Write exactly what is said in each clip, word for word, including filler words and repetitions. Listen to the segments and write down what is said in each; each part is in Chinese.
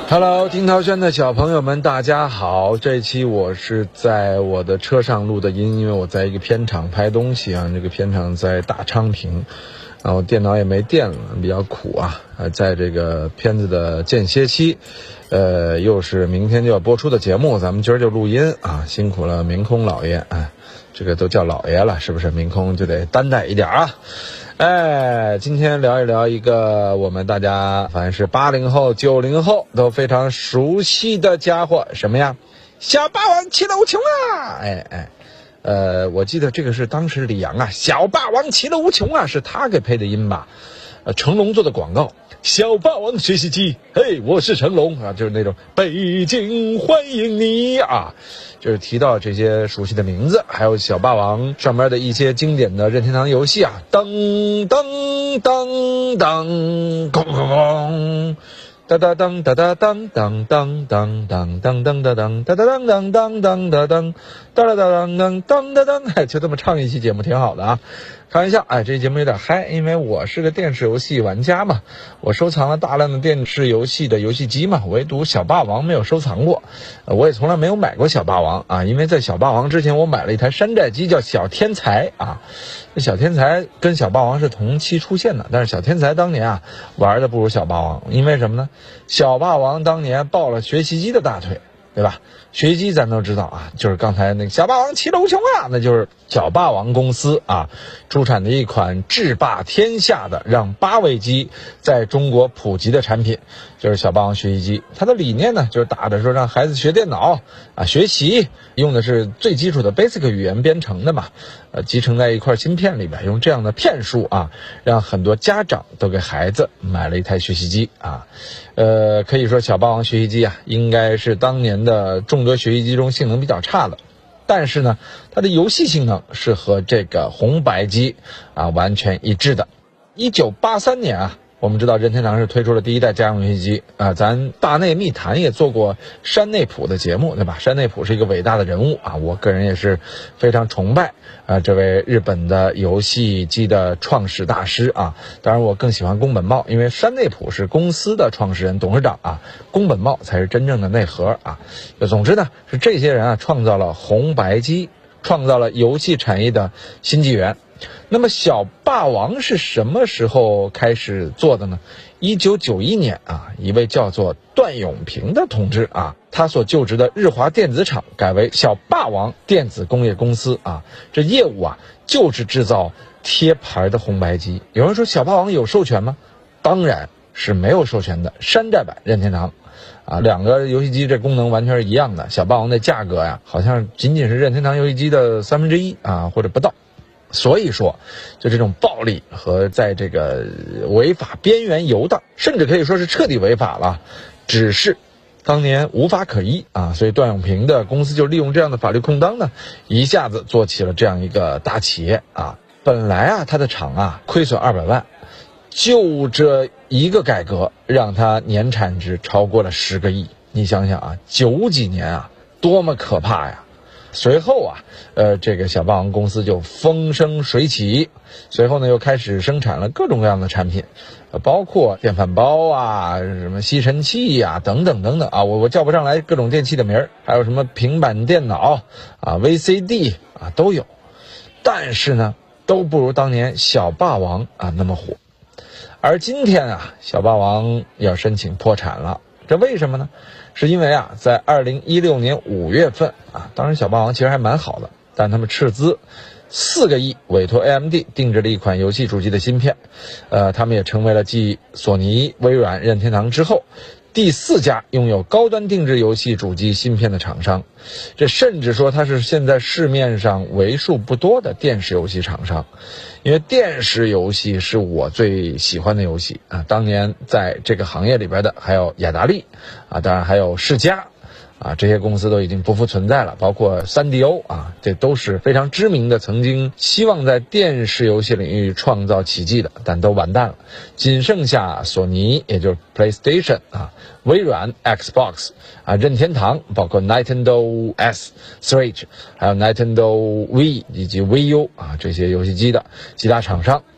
Hello， 听涛轩的小朋友们，大家好！这一期我是在我的车上录的音，因为我在一个片场拍东西啊，这个片场在大昌平，然后电脑也没电了，比较苦啊。呃，在这个片子的间歇期，呃，又是明天就要播出的节目，咱们今儿就录音啊，辛苦了明空老爷啊，这个都叫老爷了，是不是？明空就得担待一点啊。哎，今天聊一聊一个我们大家凡是八零后、九零后都非常熟悉的家伙，什么呀？小霸王其乐无穷啊！哎哎，呃，我记得这个是当时李阳啊，小霸王其乐无穷啊，是他给配的音吧？呃，成龙做的广告，小霸王学习机，嘿，我是成龙啊，就是那种北京欢迎你啊，就是提到这些熟悉的名字，还有小霸王上面的一些经典的任天堂游戏啊，噔噔噔噔，咣咣咣。哒哒当哒哒当当当当当当当当当哒哒当当当当当当哒哒当当当当当，哎，就这么唱一期节目挺好的啊。开玩笑，哎，这期节目有点嗨，因为我是个电视游戏玩家嘛，我收藏了大量的电视游戏的游戏机嘛，唯独小霸王没有收藏过，呃、我也从来没有买过小霸王啊，因为在小霸王之前我买了一台山寨机叫小天才啊，这小天才跟小霸王是同期出现的，但是小天才当年啊玩的不如小霸王，因为什么呢？小霸王当年抱了学习机的大腿，对吧？学习机咱都知道啊，就是刚才那个小霸王其乐无穷啊，那就是小霸王公司啊出产的一款制霸天下的让八位机在中国普及的产品，就是小霸王学习机。它的理念呢，就是打着说让孩子学电脑啊学习，用的是最基础的 Basic 语言编程的嘛，呃，集成在一块芯片里边，用这样的骗术啊，让很多家长都给孩子买了一台学习机啊。呃，可以说小霸王学习机啊，应该是当年的众多学习机中性能比较差的，但是呢，它的游戏性能是和这个红白机啊完全一致的。一九八三年啊，我们知道任天堂是推出了第一代家用游戏机啊，咱大内密谈也做过山内溥的节目，对吧？山内溥是一个伟大的人物啊，我个人也是非常崇拜啊这位日本的游戏机的创始大师啊。当然我更喜欢宫本茂，因为山内溥是公司的创始人董事长啊，宫本茂才是真正的内核啊。总之呢，是这些人啊创造了红白机，创造了游戏产业的新纪元。那么小霸王是什么时候开始做的呢？一九九一年啊，一位叫做段永平的同志啊，他所就职的日华电子厂改为小霸王电子工业公司啊，这业务啊就是制造贴牌的红白机。有人说小霸王有授权吗？当然是没有授权的，山寨版任天堂啊，两个游戏机这功能完全是一样的。小霸王的价格呀，好像仅仅是任天堂游戏机的三分之一啊，或者不到。所以说，就这种暴力和在这个违法边缘游荡，甚至可以说是彻底违法了，只是当年无法可依啊，所以段永平的公司就利用这样的法律空当呢，一下子做起了这样一个大企业啊。本来啊，他的厂啊亏损二百万，就这一个改革，让他年产值超过了十个亿。你想想啊，九几年啊，多么可怕呀！随后啊，呃，这个小霸王公司就风生水起，随后呢又开始生产了各种各样的产品，呃，包括电饭煲啊、什么吸尘器呀、啊、等等等等啊，我我叫不上来各种电器的名儿，还有什么平板电脑啊、V C D 啊都有，但是呢，都不如当年小霸王啊那么火。而今天啊，小霸王要申请破产了，这为什么呢？是因为啊，在二零一六年五月份啊，当时小霸王其实还蛮好的，但他们斥资四个亿委托 A M D 定制了一款游戏主机的芯片，呃，他们也成为了继索尼、微软、任天堂之后第四家拥有高端定制游戏主机芯片的厂商。这甚至说它是现在市面上为数不多的电视游戏厂商，因为电视游戏是我最喜欢的游戏啊。当年在这个行业里边的还有雅达利啊，当然还有世嘉啊，这些公司都已经不复存在了，包括 三 D O 啊，这都是非常知名的，曾经希望在电视游戏领域创造奇迹的，但都完蛋了。仅剩下索尼，也就是 PlayStation 啊，微软 Xbox 啊，任天堂，包括 Nintendo S、Switch， 还有 Nintendo Wii 以及 Wii U 啊，这些游戏机的其他厂商。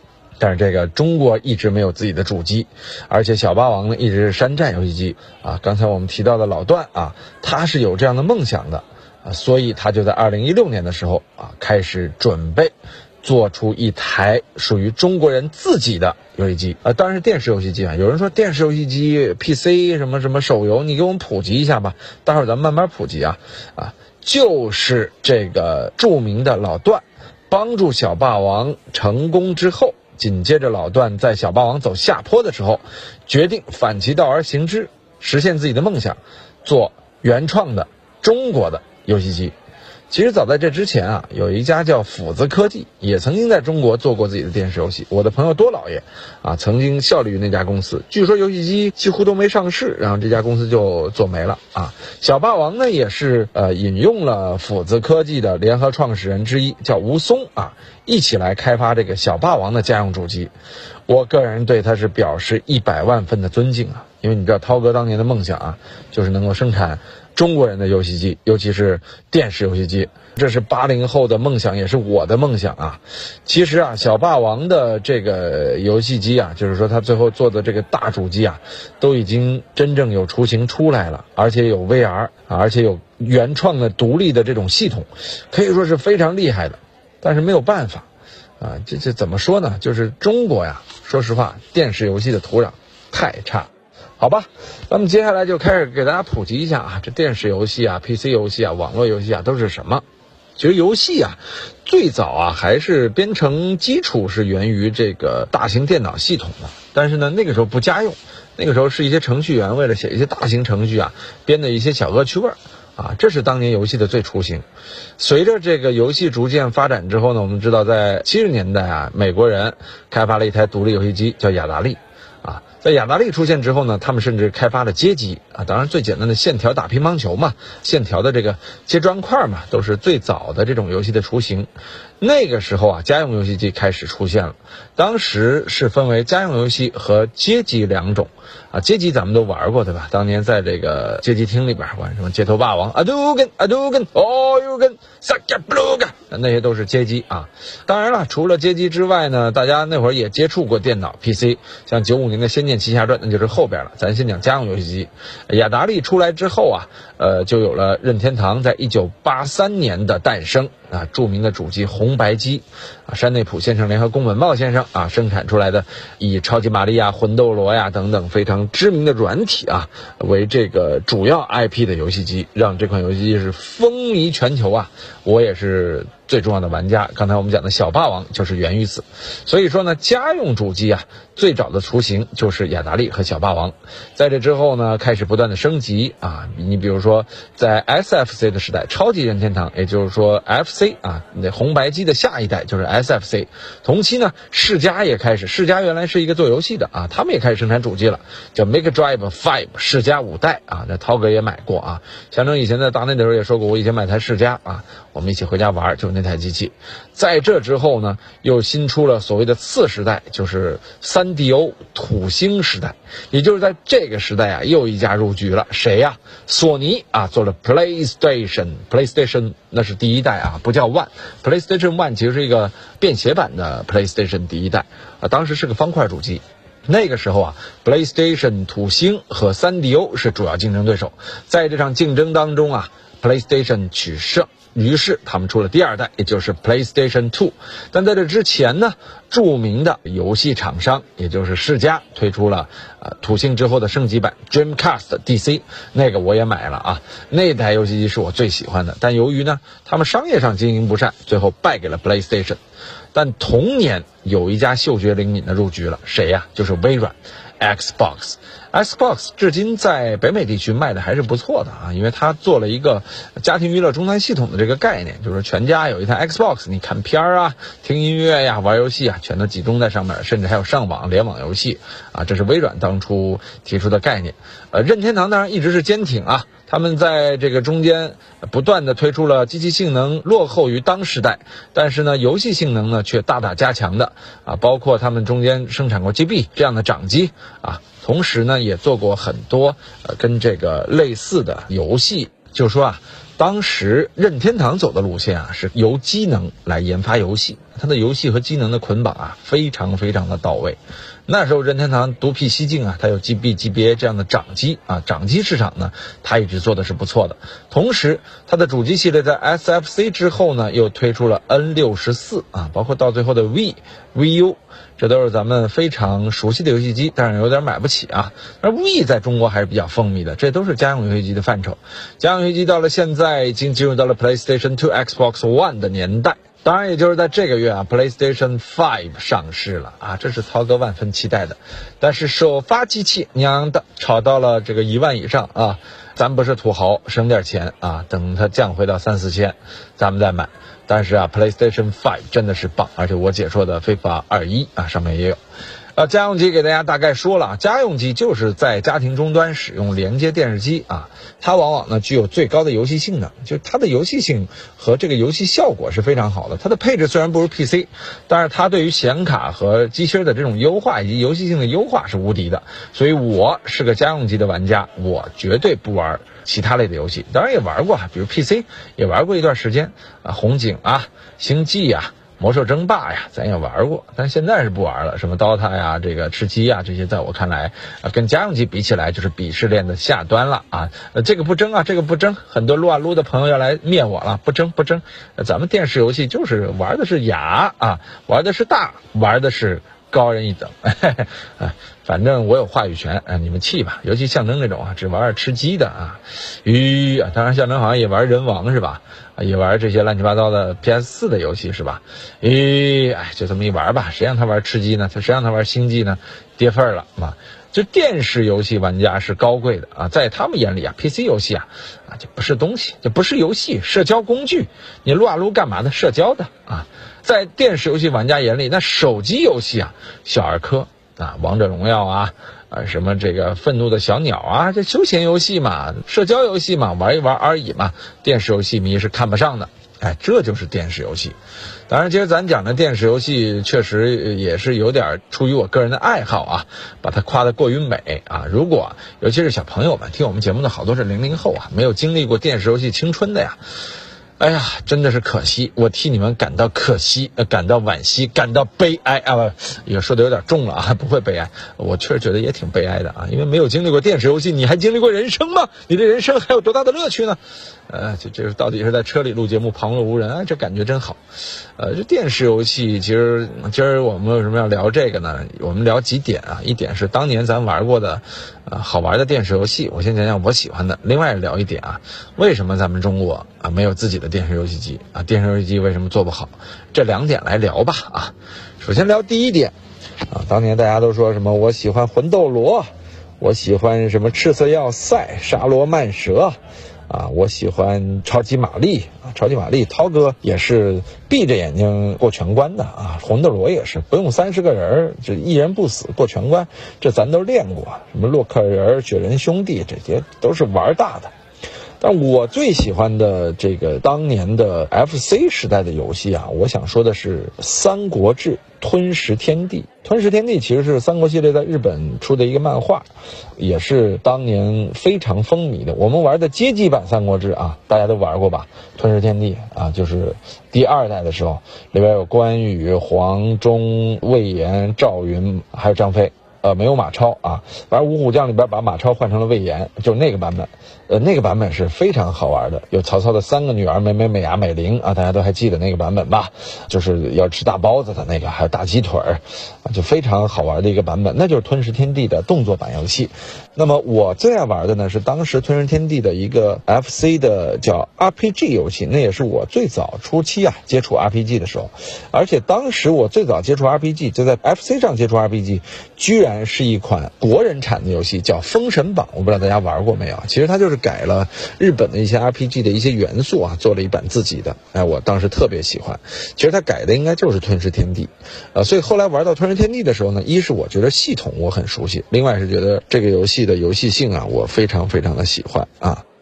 但是这个中国一直没有自己的主机，而且小霸王呢一直是山寨游戏机啊。刚才我们提到的老段啊，他是有这样的梦想的啊，所以他就在二零一六年的时候啊，开始准备做出一台属于中国人自己的游戏机啊，当然是电视游戏机啊。有人说电视游戏机、P C 什么什么手游，你给我们普及一下吧，待会儿咱们慢慢普及啊啊，就是这个著名的老段帮助小霸王成功之后。紧接着老段在小霸王走下坡的时候，决定反其道而行之，实现自己的梦想，做原创的中国的游戏机。其实早在这之前啊，有一家叫斧子科技，也曾经在中国做过自己的电视游戏。我的朋友多老爷啊，曾经效力于那家公司，据说游戏机几乎都没上市，然后这家公司就做没了啊。小霸王呢，也是呃引用了斧子科技的联合创始人之一叫吴松啊，一起来开发这个小霸王的家用主机。我个人对他是表示一百万分的尊敬啊，因为你知道涛哥当年的梦想啊，就是能够生产中国人的游戏机，尤其是电视游戏机，这是八零后的梦想，也是我的梦想啊。其实啊，小霸王的这个游戏机啊，就是说他最后做的这个大主机啊，都已经真正有雏形出来了，而且有 V R 啊，而且有原创的独立的这种系统，可以说是非常厉害的。但是没有办法啊，这这怎么说呢？就是中国呀，说实话，电视游戏的土壤太差。好吧，咱们接下来就开始给大家普及一下啊，这电视游戏啊、P C 游戏啊、网络游戏啊都是什么？其实游戏啊，最早啊还是编程基础是源于这个大型电脑系统的，但是呢那个时候不家用，那个时候是一些程序员为了写一些大型程序啊编的一些小恶趣味啊，这是当年游戏的最雏形。随着这个游戏逐渐发展之后呢，我们知道在七十年代啊，美国人开发了一台独立游戏机叫雅达利啊。在雅达利出现之后呢，他们甚至开发了街机啊，当然最简单的线条打乒乓球嘛，线条的这个接砖块嘛，都是最早的这种游戏的雏形。那个时候啊，家用游戏机开始出现了，当时是分为家用游戏和街机两种啊。街机咱们都玩过对吧？当年在这个街机厅里边玩什么街头霸王、阿杜根、阿杜根、哦尤根、萨卡布鲁根，那些都是街机啊。当然了，除了街机之外呢，大家那会儿也接触过电脑 P C， 像九五年的《仙剑奇侠传》那就是后边了。咱先讲家用游戏机。雅达利出来之后啊，呃，就有了任天堂在一九八三年的诞生啊，著名的主机红白机啊，山内溥先生联合宫本茂先生啊生产出来的，以超级玛利亚、魂斗罗呀等等非常知名的软体啊为这个主要 I P 的游戏机，让这款游戏机是风靡全球啊。我也是最重要的玩家，刚才我们讲的小霸王就是源于此。所以说呢，家用主机啊最早的雏形就是雅达利和小霸王。在这之后呢，开始不断的升级啊，你比如说在 S F C 的时代，超级任天堂，也就是说 F C 啊，那红白机的下一代就是 S F C。同期呢，世嘉也开始，世嘉原来是一个做游戏的啊，他们也开始生产主机了，叫 Mega Drive 五，世嘉五代啊，这涛哥也买过啊。象征以前在大内的时候也说过，我以前买台世嘉啊，我们一起回家玩，就是那台机器。在这之后呢，又新出了所谓的次时代，就是 三 D O 土星时代。也就是在这个时代啊，又一家入局了，谁呀、啊？索尼啊，做了 PlayStation，PlayStation PlayStation 那是第一代啊，不叫 One。PlayStation One 其实是一个便携版的 PlayStation 第一代啊，当时是个方块主机。那个时候啊 ，PlayStation 土星和 三 D O 是主要竞争对手，在这场竞争当中啊 ，PlayStation 取胜。于是他们出了第二代，也就是 PlayStation 二。但在这之前呢，著名的游戏厂商，也就是世嘉推出了呃土星之后的升级版 Dreamcast D C， 那个我也买了啊。那台游戏机是我最喜欢的，但由于呢他们商业上经营不善，最后败给了 PlayStation。但同年有一家嗅觉灵敏的入局了，谁呀、啊？就是微软 Xbox。Xbox 至今在北美地区卖的还是不错的啊，因为它做了一个家庭娱乐终端系统的这个概念，就是全家有一台 Xbox， 你看片儿啊、听音乐呀、玩游戏啊，全都集中在上面，甚至还有上网联网游戏啊，这是微软当初提出的概念。呃，任天堂当然一直是坚挺啊，他们在这个中间不断的推出了机器性能落后于当时代，但是呢游戏性能呢却大大加强的啊，包括他们中间生产过 G B 这样的掌机啊，同时呢也做过很多呃跟这个类似的游戏。就说啊， 当时任天堂走的路线啊，是由机能来研发游戏，它的游戏和机能的捆绑啊，非常非常的到位。那时候任天堂独辟蹊径啊，它有 G B G B A 这样的掌机啊，掌机市场呢，它一直做的是不错的。同时，它的主机系列在 S F C 之后呢，又推出了 N 六十四 啊，包括到最后的 Wii、Wii U， 这都是咱们非常熟悉的游戏机，但是有点买不起啊。而 Wii 在中国还是比较风靡的，这都是家用游戏机的范畴。家用游戏机到了现在已经进入到了 PlayStation 二 Xbox One 的年代。当然也就是在这个月啊 PlayStation 五上市了啊，这是涛哥万分期待的。但是首发机器娘的炒到了这个一万以上啊，咱不是土豪，省点钱啊，等它降回到三四千咱们再买。但是啊 PlayStation 五真的是棒，而且我解说的 FIFA 二十一啊上面也有。呃，家用机给大家大概说了，家用机就是在家庭终端使用连接电视机啊，它往往呢具有最高的游戏性能，就它的游戏性和这个游戏效果是非常好的。它的配置虽然不如 P C， 但是它对于显卡和机芯的这种优化以及游戏性的优化是无敌的。所以我是个家用机的玩家，我绝对不玩其他类的游戏，当然也玩过，比如 P C 也玩过一段时间啊，红警啊、星际啊。魔兽争霸呀，咱也玩过，但现在是不玩了。什么 D O T A 呀，这个吃鸡呀，这些在我看来，啊，跟家用机比起来，就是鄙视链的下端了啊。呃，这个不争啊，这个不争。很多撸啊撸的朋友要来灭我了，不争不争。呃，咱们电视游戏就是玩的是雅啊，玩的是大，玩的是高人一等。嘿嘿啊，反正我有话语权，啊，你们气吧。尤其象征这种啊，只玩吃鸡的啊，吁啊，当然象征好像也玩人王是吧？啊，也玩这些乱七八糟的 P S 四 的游戏是吧？咦，哎，就这么一玩吧。谁让他玩吃鸡呢？谁让他玩星际呢？跌份了嘛。这电视游戏玩家是高贵的啊，在他们眼里啊 ，P C 游戏啊，啊，这不是东西，这不是游戏，社交工具。你撸啊撸干嘛的？社交的啊。在电视游戏玩家眼里，那手机游戏啊，小儿科啊，王者荣耀啊。啊，什么这个愤怒的小鸟啊，这休闲游戏嘛，社交游戏嘛，玩一玩而已嘛。电视游戏迷是看不上的，哎，这就是电视游戏。当然，今儿咱讲的电视游戏确实也是有点出于我个人的爱好啊，把它夸得过于美啊。如果尤其是小朋友们听我们节目的好多是零零后啊，没有经历过电视游戏青春的呀。哎呀，真的是可惜，我替你们感到可惜，呃，感到惋惜，感到悲哀啊！不，也说的有点重了啊，不会悲哀，我确实觉得也挺悲哀的啊，因为没有经历过电视游戏，你还经历过人生吗？你的人生还有多大的乐趣呢？呃，这这到底是在车里录节目，旁若无人啊，这感觉真好。呃，这电视游戏其实今儿我们为什么要聊这个呢？我们聊几点啊，一点是当年咱玩过的，呃，好玩的电视游戏，我先讲讲我喜欢的。另外聊一点啊，为什么咱们中国啊没有自己的电视游戏机啊？电视游戏机为什么做不好？这两点来聊吧啊。首先聊第一点啊，当年大家都说什么我喜欢魂斗罗，我喜欢什么赤色要塞、沙罗曼蛇。啊，我喜欢超级玛丽啊，超级玛丽，涛哥也是闭着眼睛过全关的啊，魂斗罗也是不用三十个人，这一人不死过全关，这咱都练过，什么洛克人、雪人兄弟，这些都是玩大的。但我最喜欢的这个当年的 F C 时代的游戏啊，我想说的是《三国志吞食天地》。吞食天地其实是三国系列在日本出的一个漫画，也是当年非常风靡的。我们玩的街机版三国志啊，大家都玩过吧？吞食天地啊，就是第二代的时候，里边有关羽、黄忠、魏延、赵云，还有张飞。呃，没有马超啊，反正五虎将里边把马超换成了魏延，就是那个版本。呃，那个版本是非常好玩的，有曹操的三个女儿美美美伢美玲啊，大家都还记得那个版本吧？就是要吃大包子的那个，还有大鸡腿儿啊，就非常好玩的一个版本，那就是吞食天地的动作版游戏。那么我最爱玩的呢是当时吞食天地的一个 F C 的叫 R P G 游戏，那也是我最早初期啊接触 R P G 的时候，而且当时我最早接触 R P G 就在 F C 上接触 R P G， 居然是一款国人产的游戏，叫《封神榜》，我不知道大家玩过没有？其实它就是改了日本的一些 R P G 的一些元素啊，做了一版自己的。哎，我当时特别喜欢。其实它改的应该就是吞食天地，呃，所以后来玩到吞食天地的时候呢，一是我觉得系统我很熟悉，另外是觉得这个游戏的游戏性啊，我非常非常的喜欢啊。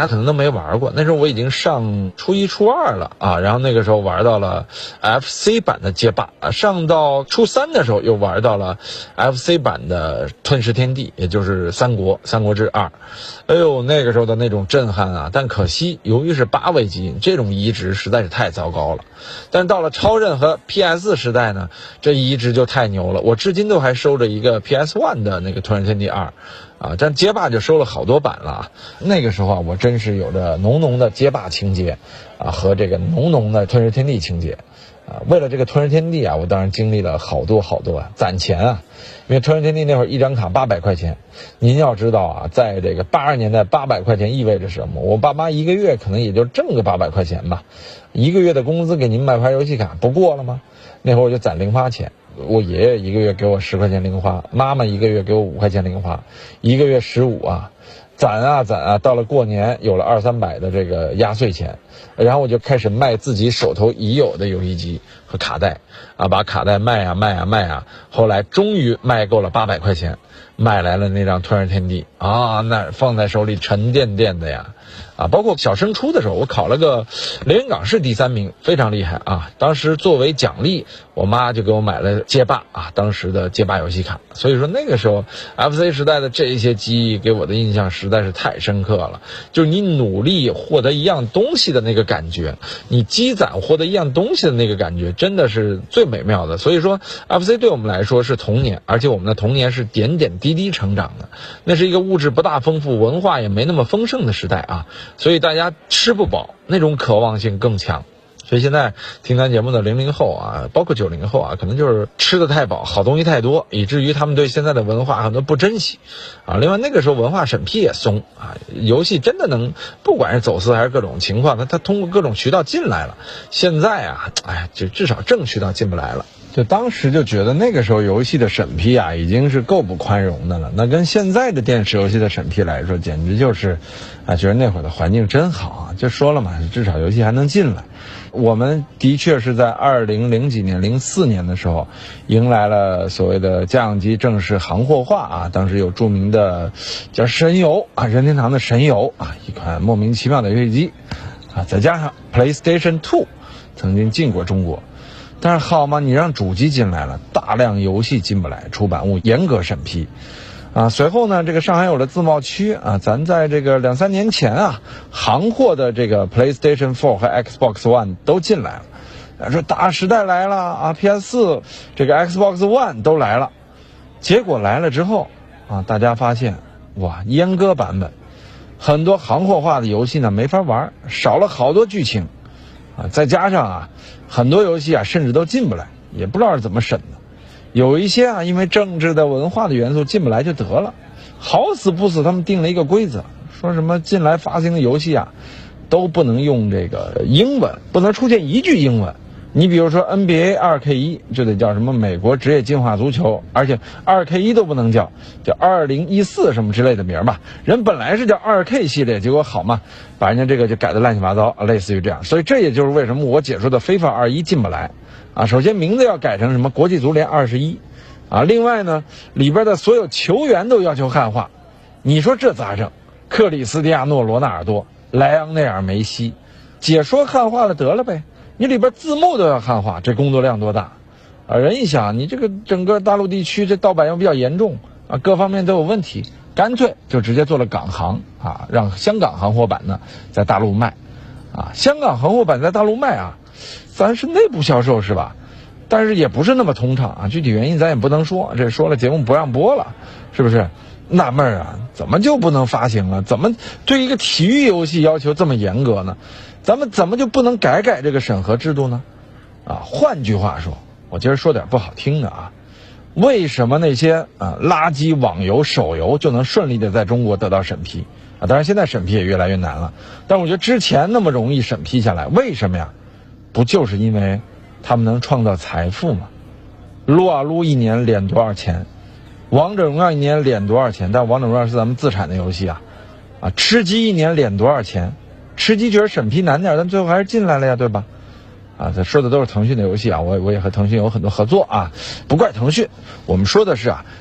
家可能都没玩过。那时候我已经上初一初二了啊，然后那个时候玩到了 F C 版的街霸，上到初三的时候又玩到了 F C 版的吞噬天地，也就是三国三国志二。哎呦，那个时候的那种震撼啊！但可惜由于是八位机，这种移植实在是太糟糕了。但到了超任和 P S 时代呢，这移植就太牛了。我至今都还收着一个 P S 一 的那个吞噬天地二啊，但街霸就收了好多版了啊。那个时候啊，我真是有着浓浓的街霸情节啊，和这个浓浓的吞噬天地情节啊。为了这个吞噬天地啊，我当然经历了好多好多啊，攒钱啊。因为吞噬天地那会儿一张卡八百块钱，您要知道啊，在这个八十年代八百块钱意味着什么？我爸妈一个月可能也就挣个八百块钱吧，一个月的工资给您买盘游戏卡不过了吗？那会儿我就攒零花钱，我爷爷一个月给我十块钱零花，妈妈一个月给我五块钱零花，一个月十五啊，攒啊攒啊，到了过年有了二三百的这个压岁钱，然后我就开始卖自己手头已有的游戏机和卡带啊，把卡带卖啊卖啊卖啊，后来终于卖够了八百块钱，买来了那张吞噬天地啊，那放在手里沉甸甸的呀。啊，包括小升初的时候，我考了个连云港市第三名，非常厉害啊！当时作为奖励，我妈就给我买了街霸啊，当时的街霸游戏卡。所以说那个时候 F C 时代的这些记忆给我的印象实在是太深刻了。就是你努力获得一样东西的那个感觉，你积攒获得一样东西的那个感觉，真的是最美妙的。所以说 F C 对我们来说是童年，而且我们的童年是点点滴滴成长的。那是一个物质不大丰富，文化也没那么丰盛的时代啊。所以大家吃不饱，那种渴望性更强。所以现在听咱节目的零零后啊，包括九零后啊，可能就是吃得太饱，好东西太多，以至于他们对现在的文化很多不珍惜啊。另外那个时候文化审批也松啊，游戏真的能不管是走私还是各种情况，它它通过各种渠道进来了。现在啊，哎，就至少正渠道进不来了。就当时就觉得那个时候游戏的审批啊，已经是够不宽容的了。那跟现在的电视游戏的审批来说，简直就是啊，觉得那会儿的环境真好啊。就说了嘛，至少游戏还能进来。我们的确是在二零零几年、零四年的时候，迎来了所谓的家用机正式行货化啊。当时有著名的叫神游啊，任天堂的神游啊，一款莫名其妙的游戏机啊，再加上 PlayStation 二曾经进过中国。但是好嘛，你让主机进来了，大量游戏进不来，出版物严格审批啊。随后呢，这个上海有了自贸区啊，咱在这个两三年前啊，行货的这个 PlayStation 四和 Xbox One 都进来了，说大时代来了啊 ，P S 四 这个 Xbox One 都来了。结果来了之后啊，大家发现哇，阉割版本，很多行货化的游戏呢没法玩，少了好多剧情啊，再加上啊，很多游戏啊甚至都进不来，也不知道是怎么审的。有一些啊，因为政治的文化的元素进不来就得了，好死不死他们定了一个规则，说什么进来发行的游戏啊都不能用这个英文，不能出现一句英文。你比如说 N B A 二 K 一 就得叫什么美国职业进化足球，而且二 K 一 都不能叫，叫二零一四什么之类的名吧。人本来是叫 二 K 系列，结果好嘛，把人家这个就改得乱七八糟，类似于这样。所以这也就是为什么我解说的 FIFA 二十一进不来啊。首先名字要改成什么国际足联二十一啊，另外呢里边的所有球员都要求汉化，你说这咋整？克里斯蒂亚诺·罗纳尔多、莱昂内尔·梅西，解说汉化了得了呗。你里边字幕都要汉化，这工作量多大啊！人一想，你这个整个大陆地区这盗版又比较严重啊，各方面都有问题，干脆就直接做了港行啊，让香港行货版呢在大陆卖啊。香港行货版在大陆卖啊，咱是内部销售是吧？但是也不是那么通畅啊，具体原因咱也不能说，这说了节目不让播了，是不是？纳闷啊，怎么就不能发行了？怎么对一个体育游戏要求这么严格呢？咱们怎么就不能改改这个审核制度呢？啊，换句话说，我今儿说点不好听的啊，为什么那些啊垃圾网游、手游就能顺利的在中国得到审批啊？当然现在审批也越来越难了，但我觉得之前那么容易审批下来，为什么呀？不就是因为他们能创造财富吗？撸啊撸一年敛多少钱？王者荣耀一年敛多少钱？但王者荣耀是咱们自产的游戏啊，啊，吃鸡一年敛多少钱？吃鸡觉得审批难点，但最后还是进来了呀，对吧？啊，这说的都是腾讯的游戏啊，我我也和腾讯有很多合作啊，不怪腾讯。我们说的是啊，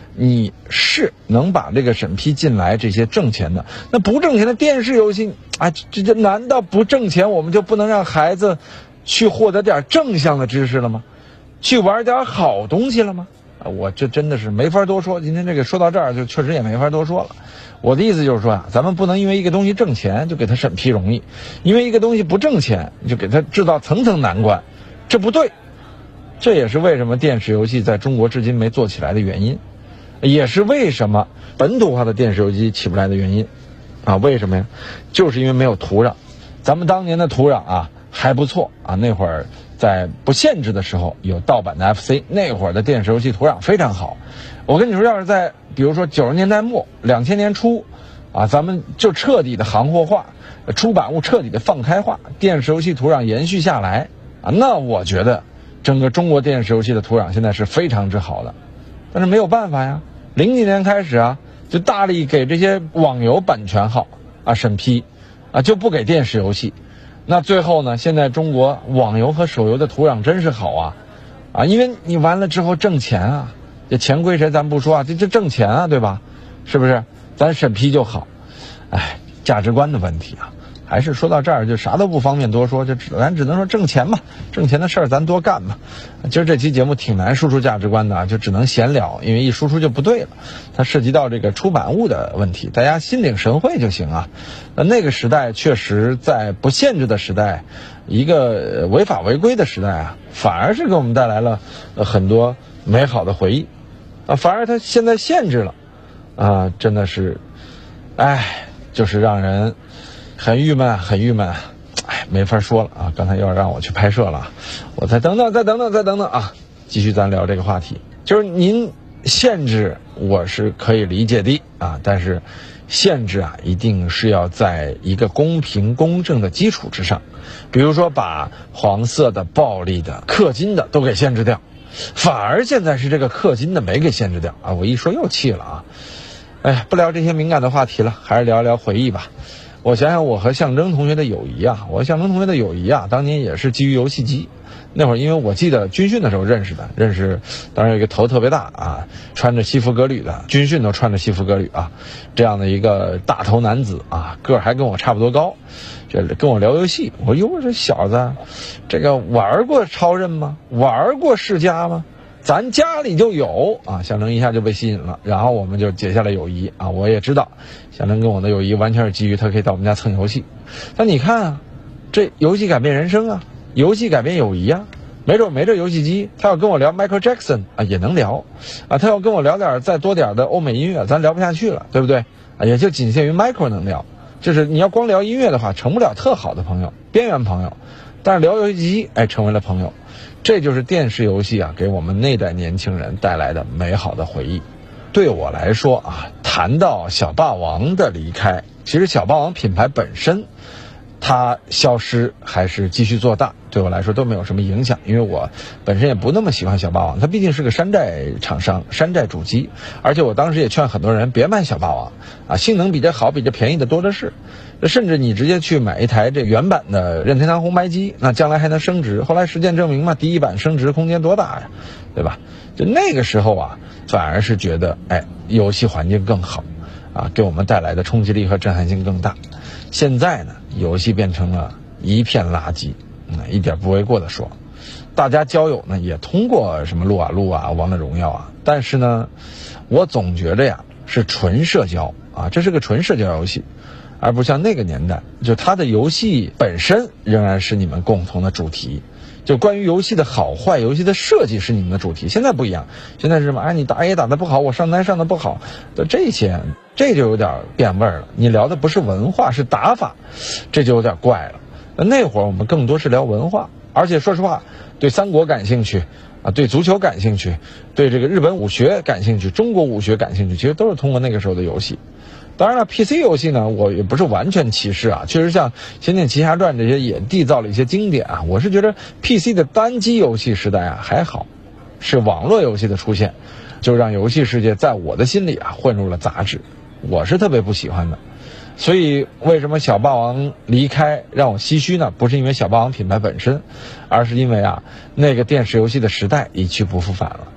你是能把这个审批进来这些挣钱的，那不挣钱的电视游戏，啊，这这难道不挣钱我们就不能让孩子去获得点正向的知识了吗？去玩点好东西了吗？啊，我这真的是没法多说。今天这个说到这儿就确实也没法多说了。我的意思就是说啊，咱们不能因为一个东西挣钱就给它审批容易，因为一个东西不挣钱就给它制造层层难关，这不对。这也是为什么电视游戏在中国至今没做起来的原因，也是为什么本土化的电视游戏起不来的原因啊？为什么呀？就是因为没有土壤。咱们当年的土壤啊还不错啊，那会儿在不限制的时候有盗版的 F C， 那会儿的电视游戏土壤非常好。我跟你说，要是在比如说九十年代末两千年初啊，咱们就彻底的行货化，出版物彻底的放开化，电视游戏土壤延续下来啊，那我觉得整个中国电视游戏的土壤现在是非常之好的。但是没有办法呀，零几年开始啊，就大力给这些网游版权号啊审批啊，就不给电视游戏。那最后呢，现在中国网游和手游的土壤真是好啊啊，因为你完了之后挣钱啊，这钱归谁咱不说啊，这这挣钱啊，对吧？是不是？咱审批就好。哎，价值观的问题啊，还是说到这儿就啥都不方便多说，就只咱只能说挣钱嘛，挣钱的事儿咱多干嘛。今儿这期节目挺难输出价值观的啊，就只能闲聊，因为一输出就不对了，它涉及到这个出版物的问题，大家心领神会就行啊。呃，那个时代确实在不限制的时代，一个违法违规的时代啊，反而是给我们带来了呃很多美好的回忆啊，反而它现在限制了啊，真的是，哎，就是让人很郁闷，很郁闷，哎，没法说了啊！刚才要让我去拍摄了，我再等等，再等等，再等等啊！继续咱聊这个话题，就是您限制我是可以理解的啊，但是限制啊，一定是要在一个公平公正的基础之上，比如说把黄色的、暴力的、氪金的都给限制掉，反而现在是这个氪金的没给限制掉啊！我一说又气了啊！哎，不聊这些敏感的话题了，还是聊一聊回忆吧。我想想我和象征同学的友谊啊，我和象征同学的友谊啊，当年也是基于游戏机。那会儿因为我记得军训的时候认识的，认识当然有一个头特别大啊，穿着西服革履的，军训都穿着西服革履啊，这样的一个大头男子啊，个儿还跟我差不多高，这跟我聊游戏。我说哟，这小子这个玩过超任吗？玩过世嘉吗？咱家里就有啊，象征一下就被吸引了，然后我们就结下了友谊啊。我也知道象征跟我的友谊完全是基于他可以到我们家蹭游戏，但你看啊，这游戏改变人生啊，游戏改变友谊啊。没准没这游戏机，他要跟我聊 Michael Jackson 啊，也能聊啊。他要跟我聊点再多点的欧美音乐，咱聊不下去了，对不对啊？也就仅限于 Michael 能聊，就是你要光聊音乐的话，成不了特好的朋友，边缘朋友。但是聊游戏机，哎，成为了朋友。这就是电视游戏啊，给我们那代年轻人带来的美好的回忆。对我来说啊，谈到小霸王的离开，其实小霸王品牌本身，它消失还是继续做大，对我来说都没有什么影响，因为我本身也不那么喜欢小霸王，它毕竟是个山寨厂商，山寨主机，而且我当时也劝很多人别买小霸王啊，性能比这好，比这便宜的多的是。甚至你直接去买一台这原版的任天堂红白机，那将来还能升值。后来实践证明嘛，第一版升值空间多大呀，对吧？就那个时候啊，反而是觉得，哎，游戏环境更好，啊，给我们带来的冲击力和震撼性更大。现在呢，游戏变成了一片垃圾，嗯，一点不为过的说。大家交友呢，也通过什么撸啊撸啊、王者荣耀啊，但是呢，我总觉着呀，是纯社交啊，这是个纯社交游戏。而不像那个年代，就它的游戏本身仍然是你们共同的主题，就关于游戏的好坏、游戏的设计是你们的主题。现在不一样，现在是什么？哎，你打 A 打得不好，我上单上的不好，的这些，这就有点变味了。你聊的不是文化，是打法，这就有点怪了。那会儿我们更多是聊文化，而且说实话，对三国感兴趣啊，对足球感兴趣，对这个日本武学感兴趣，中国武学感兴趣，其实都是通过那个时候的游戏。当然了 ，P C 游戏呢，我也不是完全歧视啊，确实像《仙剑奇侠传》这些也缔造了一些经典啊。我是觉得 P C 的单机游戏时代啊还好，是网络游戏的出现，就让游戏世界在我的心里啊混入了杂质，我是特别不喜欢的。所以为什么小霸王离开让我唏嘘呢？不是因为小霸王品牌本身，而是因为啊那个电视游戏的时代一去不复返了。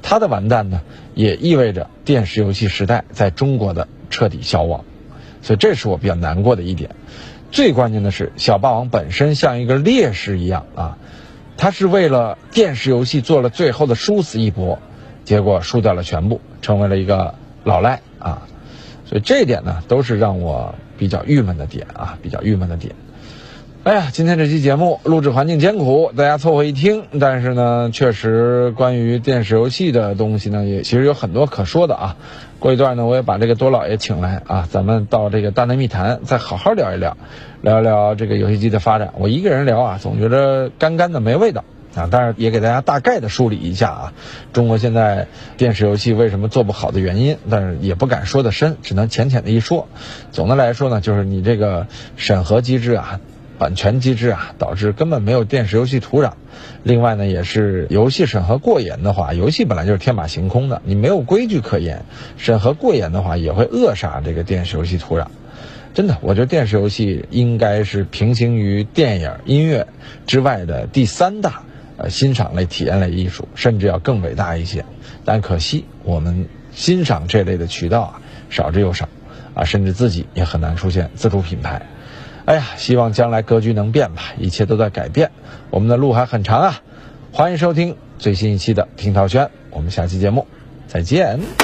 它的完蛋呢，也意味着电视游戏时代在中国的彻底消亡。所以这是我比较难过的一点。最关键的是，小霸王本身像一个烈士一样啊，他是为了电视游戏做了最后的殊死一搏，结果输掉了全部，成为了一个老赖啊。所以这一点呢，都是让我比较郁闷的点啊，比较郁闷的点。哎呀，今天这期节目录制环境艰苦，大家凑合一听。但是呢，确实关于电视游戏的东西呢，也其实有很多可说的啊。过一段呢，我也把这个多老爷请来啊，咱们到这个大内密谈再好好聊一聊，聊一聊这个游戏机的发展。我一个人聊啊，总觉得干干的没味道啊。但是也给大家大概的梳理一下啊，中国现在电视游戏为什么做不好的原因，但是也不敢说得深，只能浅浅的一说。总的来说呢，就是你这个审核机制啊，版权机制啊，导致根本没有电视游戏土壤。另外呢，也是游戏审核过严的话，游戏本来就是天马行空的，你没有规矩可言，审核过严的话也会扼杀这个电视游戏土壤。真的，我觉得电视游戏应该是平行于电影、音乐之外的第三大呃欣赏类、体验类艺术，甚至要更伟大一些。但可惜我们欣赏这类的渠道啊少之又少啊，甚至自己也很难出现自主品牌。哎呀，希望将来格局能变吧，一切都在改变，我们的路还很长啊。欢迎收听最新一期的听涛轩，我们下期节目再见。